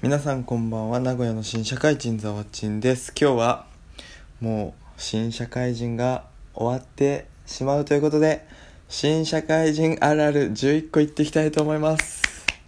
皆さんこんばんは。名古屋の新社会人ざわちんです。今日はもう新社会人が終わってしまうということで、新社会人あるある11個言っていきたいと思います。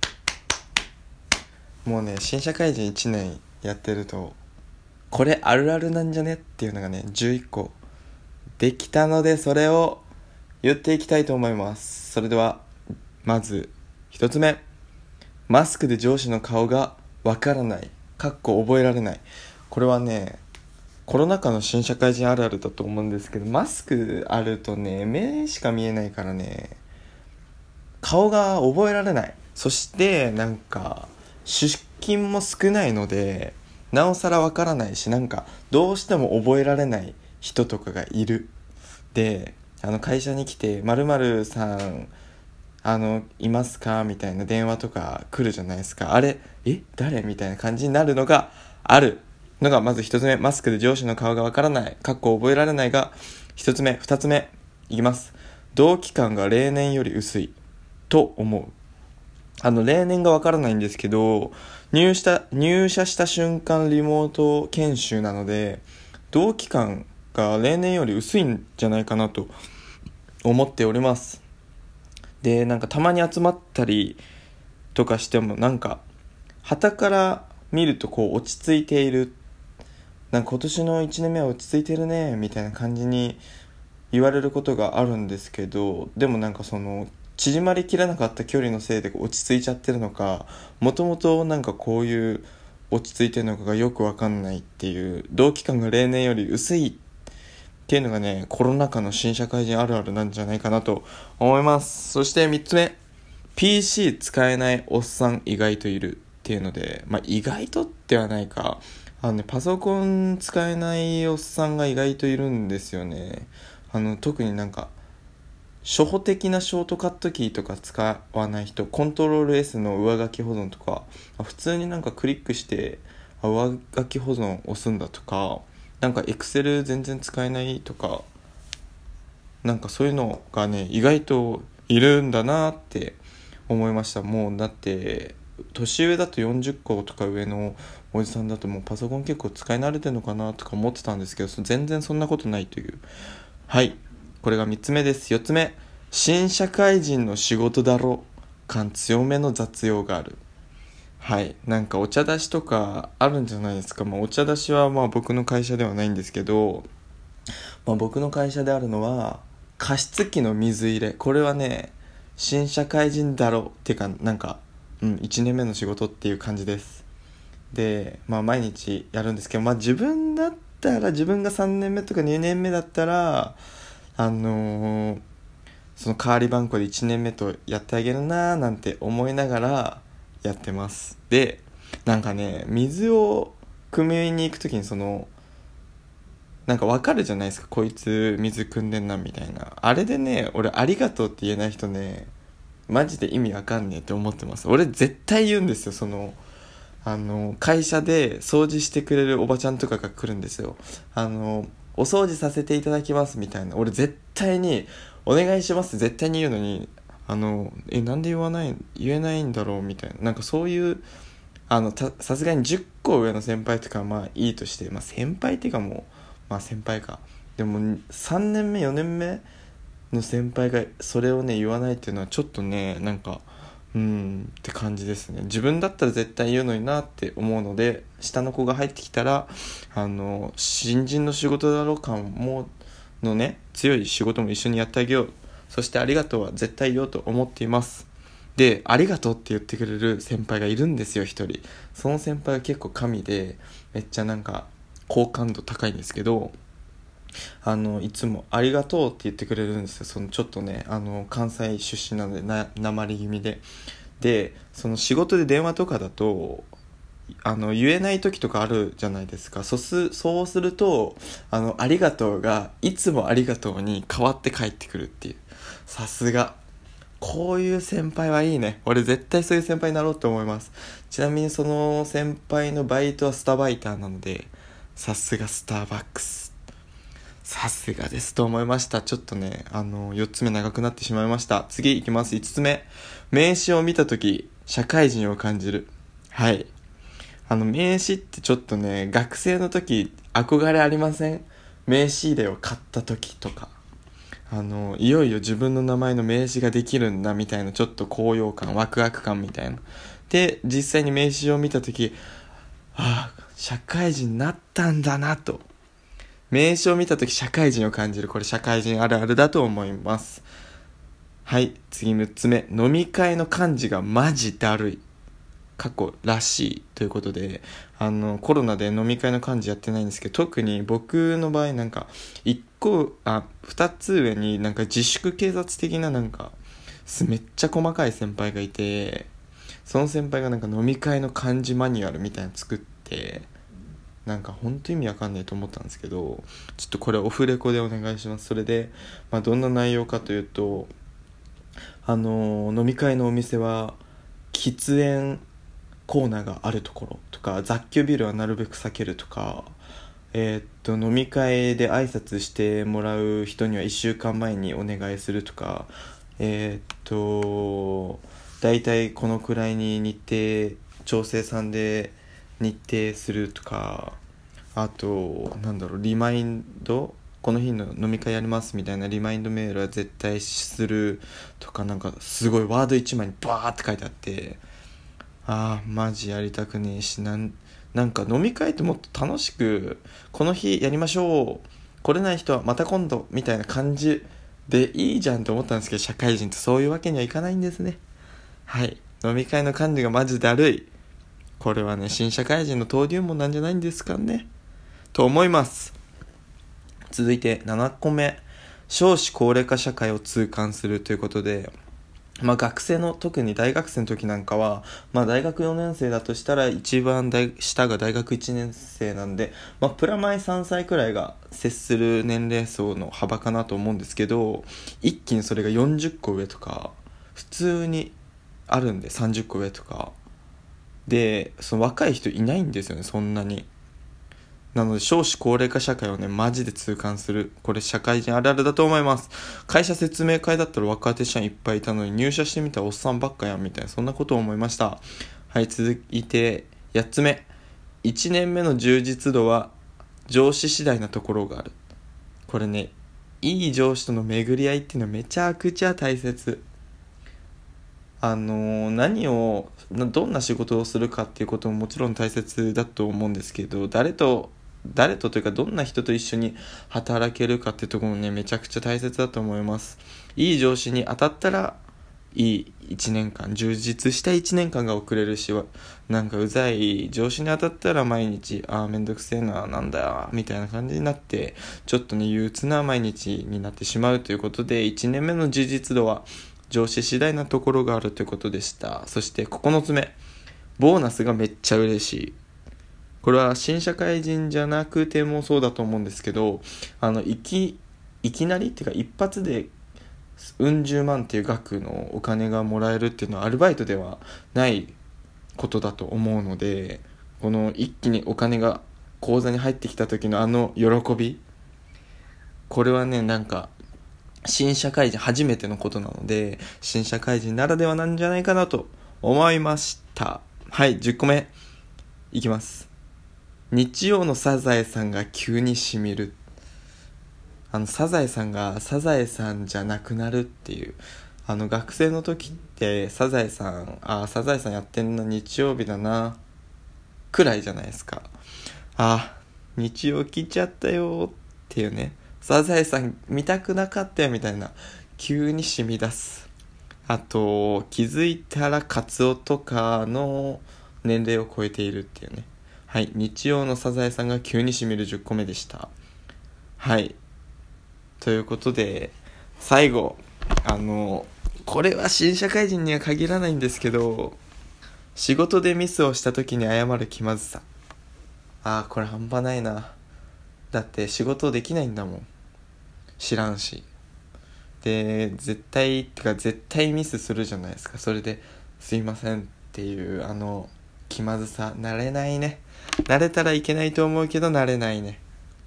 もうね、新社会人1年やってるとこれあるあるなんじゃねっていうのがね11個できたので、それを言っていきたいと思います。それではまず1つ目、マスクで上司の顔がわからない、覚えられない。これはね、コロナ禍の新社会人あるあるだと思うんですけど、マスクあるとね、目しか見えないからね、顔が覚えられない。そしてなんか出勤も少ないので、なおさらわからないし、なんかどうしても覚えられない人とかがいる。で、会社に来て〇〇さんいますかみたいな電話とか来るじゃないですか。あれ誰みたいな感じになるのがあるのがまず一つ目。マスクで上司の顔がわからない、覚えられないが一つ目。二つ目いきます。同期間が例年より薄いと思う。例年がわからないんですけど、入社した瞬間リモート研修なので、同期間が例年より薄いんじゃないかなと思っております。で、なんかたまに集まったりとかしても、なんか傍から見るとこう落ち着いている、なんか今年の1年目は落ち着いてるねみたいな感じに言われることがあるんですけど、でもなんかその縮まりきらなかった距離のせいで落ち着いちゃってるのか、もともとなんかこういう落ち着いてるのかがよくわかんないっていう、同期間が例年より薄いっていうのがね、コロナ禍の新社会人あるあるなんじゃないかなと思います。そして3つ目、 PC 使えないおっさん意外といるっていうので、意外とってはないか、パソコン使えないおっさんが意外といるんですよね。特になんか初歩的なショートカットキーとか使わない人、コントロール S の上書き保存とか、普通になんかクリックして上書き保存押すんだとか、なんか Excel 全然使えないとか、なんかそういうのがね意外といるんだなって思いました。もうだって年上だと40個とか上のおじさんだともうパソコン結構使い慣れてるのかなとか思ってたんですけど、全然そんなことないという。はい、これが3つ目です。4つ目、新社会人の仕事だろ感強めの雑用がある。はい、なんかお茶出しとかあるんじゃないですか。お茶出しは僕の会社ではないんですけど、僕の会社であるのは加湿器の水入れ。これはね、新社会人だろっていうか、なんか1年目の仕事っていう感じです。で、毎日やるんですけど、自分だったら、自分が3年目とか2年目だったらその代わり番号で1年目とやってあげるなーなんて思いながらやってます。で、なんかね、水を汲みに行くときになんかわかるじゃないですか、こいつ水汲んでんなみたいな。あれでね、俺ありがとうって言えない人ね、マジで意味わかんねえって思ってます。俺絶対言うんですよ。会社で掃除してくれるおばちゃんとかが来るんですよ。お掃除させていただきますみたいな。俺絶対にお願いします絶対に言うのに、なんで言えないんだろうみたいな。なんかそういう、さすがに10個上の先輩とかいいとして、先輩っていうかもう、先輩か。でも3年目4年目の先輩がそれをね言わないっていうのはちょっとね、なんかって感じですね。自分だったら絶対言うのになって思うので、下の子が入ってきたら新人の仕事だろう感ものね、強い仕事も一緒にやってあげよう。そしてありがとうは絶対言おうと思っています。で、ありがとうって言ってくれる先輩がいるんですよ、一人。その先輩は結構神で、めっちゃなんか好感度高いんですけど、いつもありがとうって言ってくれるんですよ。ちょっとね、関西出身なので訛り気味で。で、その仕事で電話とかだと言えない時とかあるじゃないですか。そうするとありがとうがいつもありがとうに変わって帰ってくるっていう。さすが、こういう先輩はいいね。俺絶対そういう先輩になろうと思います。ちなみにその先輩のバイトはスタバイターなので、さすがスターバックス、さすがですと思いました。ちょっとね、4つ目長くなってしまいました。次いきます。5つ目。名刺を見たとき、社会人を感じる。はい。 名刺ってちょっとね、学生の時憧れありません？名刺入れを買った時とか、いよいよ自分の名前の名刺ができるんだみたいな、ちょっと高揚感、ワクワク感みたいな。で、実際に名刺を見た時、社会人になったんだなと。名刺を見た時社会人を感じる。これ社会人あるあるだと思います。はい、次6つ目。飲み会の幹事がマジだるい。過去らしいということで、コロナで飲み会の幹事やってないんですけど、特に僕の場合2つ上に自粛警察的なめっちゃ細かい先輩がいて、その先輩が飲み会の幹事マニュアルみたいなの作って、ほんと意味わかんないと思ったんですけど、ちょっとこれオフレコでお願いします。それで、どんな内容かというと、飲み会のお店は喫煙コーナーがあるところとか、雑居ビルはなるべく避けるとか、飲み会で挨拶してもらう人には1週間前にお願いするとか、だいたいこのくらいに日程調整さんで日程するとか、あとリマインド、この日の飲み会やりますみたいなリマインドメールは絶対するとか、すごいワード1枚にバーって書いてあって、マジやりたくねえし、飲み会ってもっと楽しく、この日やりましょう、来れない人はまた今度みたいな感じでいいじゃんって思ったんですけど、社会人ってそういうわけにはいかないんですね。はい、飲み会の幹事がマジだるい。これはね、新社会人の登竜門なんじゃないんですかねと思います。続いて7個目。少子高齢化社会を痛感するということで、学生の、特に大学生の時なんかは、大学4年生だとしたら一番下が大学1年生なんで、プラマイ3歳くらいが接する年齢層の幅かなと思うんですけど、一気にそれが40個上とか普通にあるんで、30個上とかで、その若い人いないんですよね、そんなに。なので少子高齢化社会をね、マジで痛感する。これ社会人あるあるだと思います。会社説明会だったら若手社員いっぱいいたのに、入社してみたらおっさんばっかやんみたいな、そんなことを思いました。はい、続いて8つ目。1年目の充実度は上司次第なところがある。これね、いい上司との巡り合いっていうのはめちゃくちゃ大切。どんな仕事をするかっていうことももちろん大切だと思うんですけど、誰とというか、どんな人と一緒に働けるかっていうところもね、めちゃくちゃ大切だと思います。いい上司に当たったらいい1年間、充実した1年間が送れるし、うざい上司に当たったら毎日めんどくせえな、なんだよみたいな感じになって、ちょっとね、憂鬱な毎日になってしまうということで、1年目の充実度は上司次第なところがあるということでした。そして9つ目。ボーナスがめっちゃ嬉しい。これは新社会人じゃなくてもそうだと思うんですけど、いきなりっていうか一発でうん十万っていう額のお金がもらえるっていうのはアルバイトではないことだと思うので、この一気にお金が口座に入ってきた時の喜び、これはね、新社会人初めてのことなので、新社会人ならではなんじゃないかなと思いました。はい、10個目いきます。日曜のサザエさんが急にしみる。サザエさんがサザエさんじゃなくなるっていう、学生の時ってサザエさんやってんの日曜日だなくらいじゃないですか。日曜来ちゃったよっていうね、サザエさん見たくなかったよみたいな、急に染み出す。あと気づいたらカツオとかの年齢を超えているっていうね。はい、日曜のサザエさんが急に染みる10個目でした。はい、ということで最後、これは新社会人には限らないんですけど、仕事でミスをした時に謝る気まずさ。これ半端ないな。だって仕事できないんだもん、知らんし。で絶対ミスするじゃないですか。それですいませんっていう気まずさ、慣れないね。慣れたらいけないと思うけど慣れないね。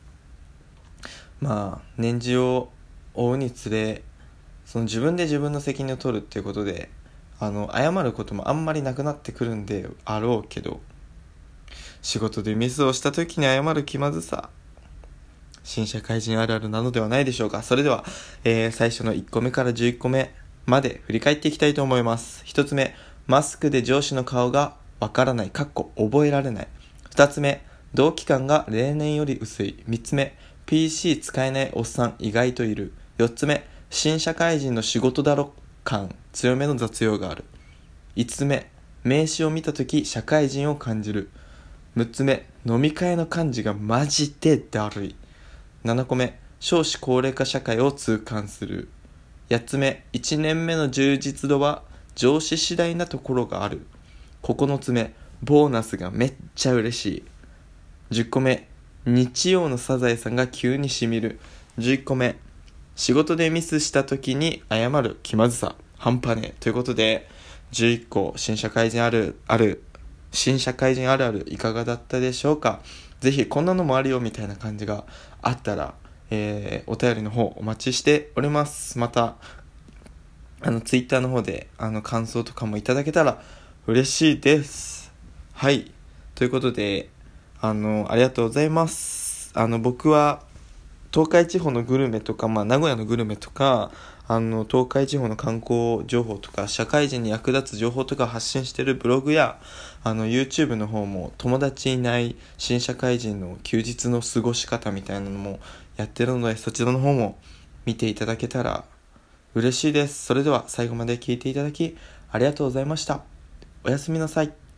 年次を追うにつれ、その自分で自分の責任を取るっていうことで謝ることもあんまりなくなってくるんであろうけど、 仕事でミスをした時に謝る気まずさ、新社会人あるあるなのではないでしょうか。それでは、最初の1個目から11個目まで振り返っていきたいと思います。1つ目、マスクで上司の顔がわからない、覚えられない。2つ目、同期間が例年より薄い。3つ目、PC 使えないおっさん意外といる。4つ目、新社会人の仕事だろ感強めの雑用がある。5つ目、名刺を見たとき社会人を感じる。6つ目、飲み会の感じがマジでだるい。7個目、少子高齢化社会を痛感する。8つ目、1年目の充実度は上司次第なところがある。9つ目、ボーナスがめっちゃ嬉しい。10個目、日曜のサザエさんが急にしみる。11個目、仕事でミスした時に謝る気まずさ半端ねえ。ということで、11個新社会人あるあるいかがだったでしょうか。ぜひこんなのもあるよみたいな感じがあったら、お便りの方お待ちしております。またツイッターの方で感想とかもいただけたら嬉しいです。はい、ということでありがとうございます。僕は東海地方のグルメとか、名古屋のグルメとか東海地方の観光情報とか社会人に役立つ情報とか発信しているブログやYouTube の方も友達いない新社会人の休日の過ごし方みたいなのもやってるので、そちらの方も見ていただけたら嬉しいです。それでは最後まで聞いていただきありがとうございました。おやすみなさい。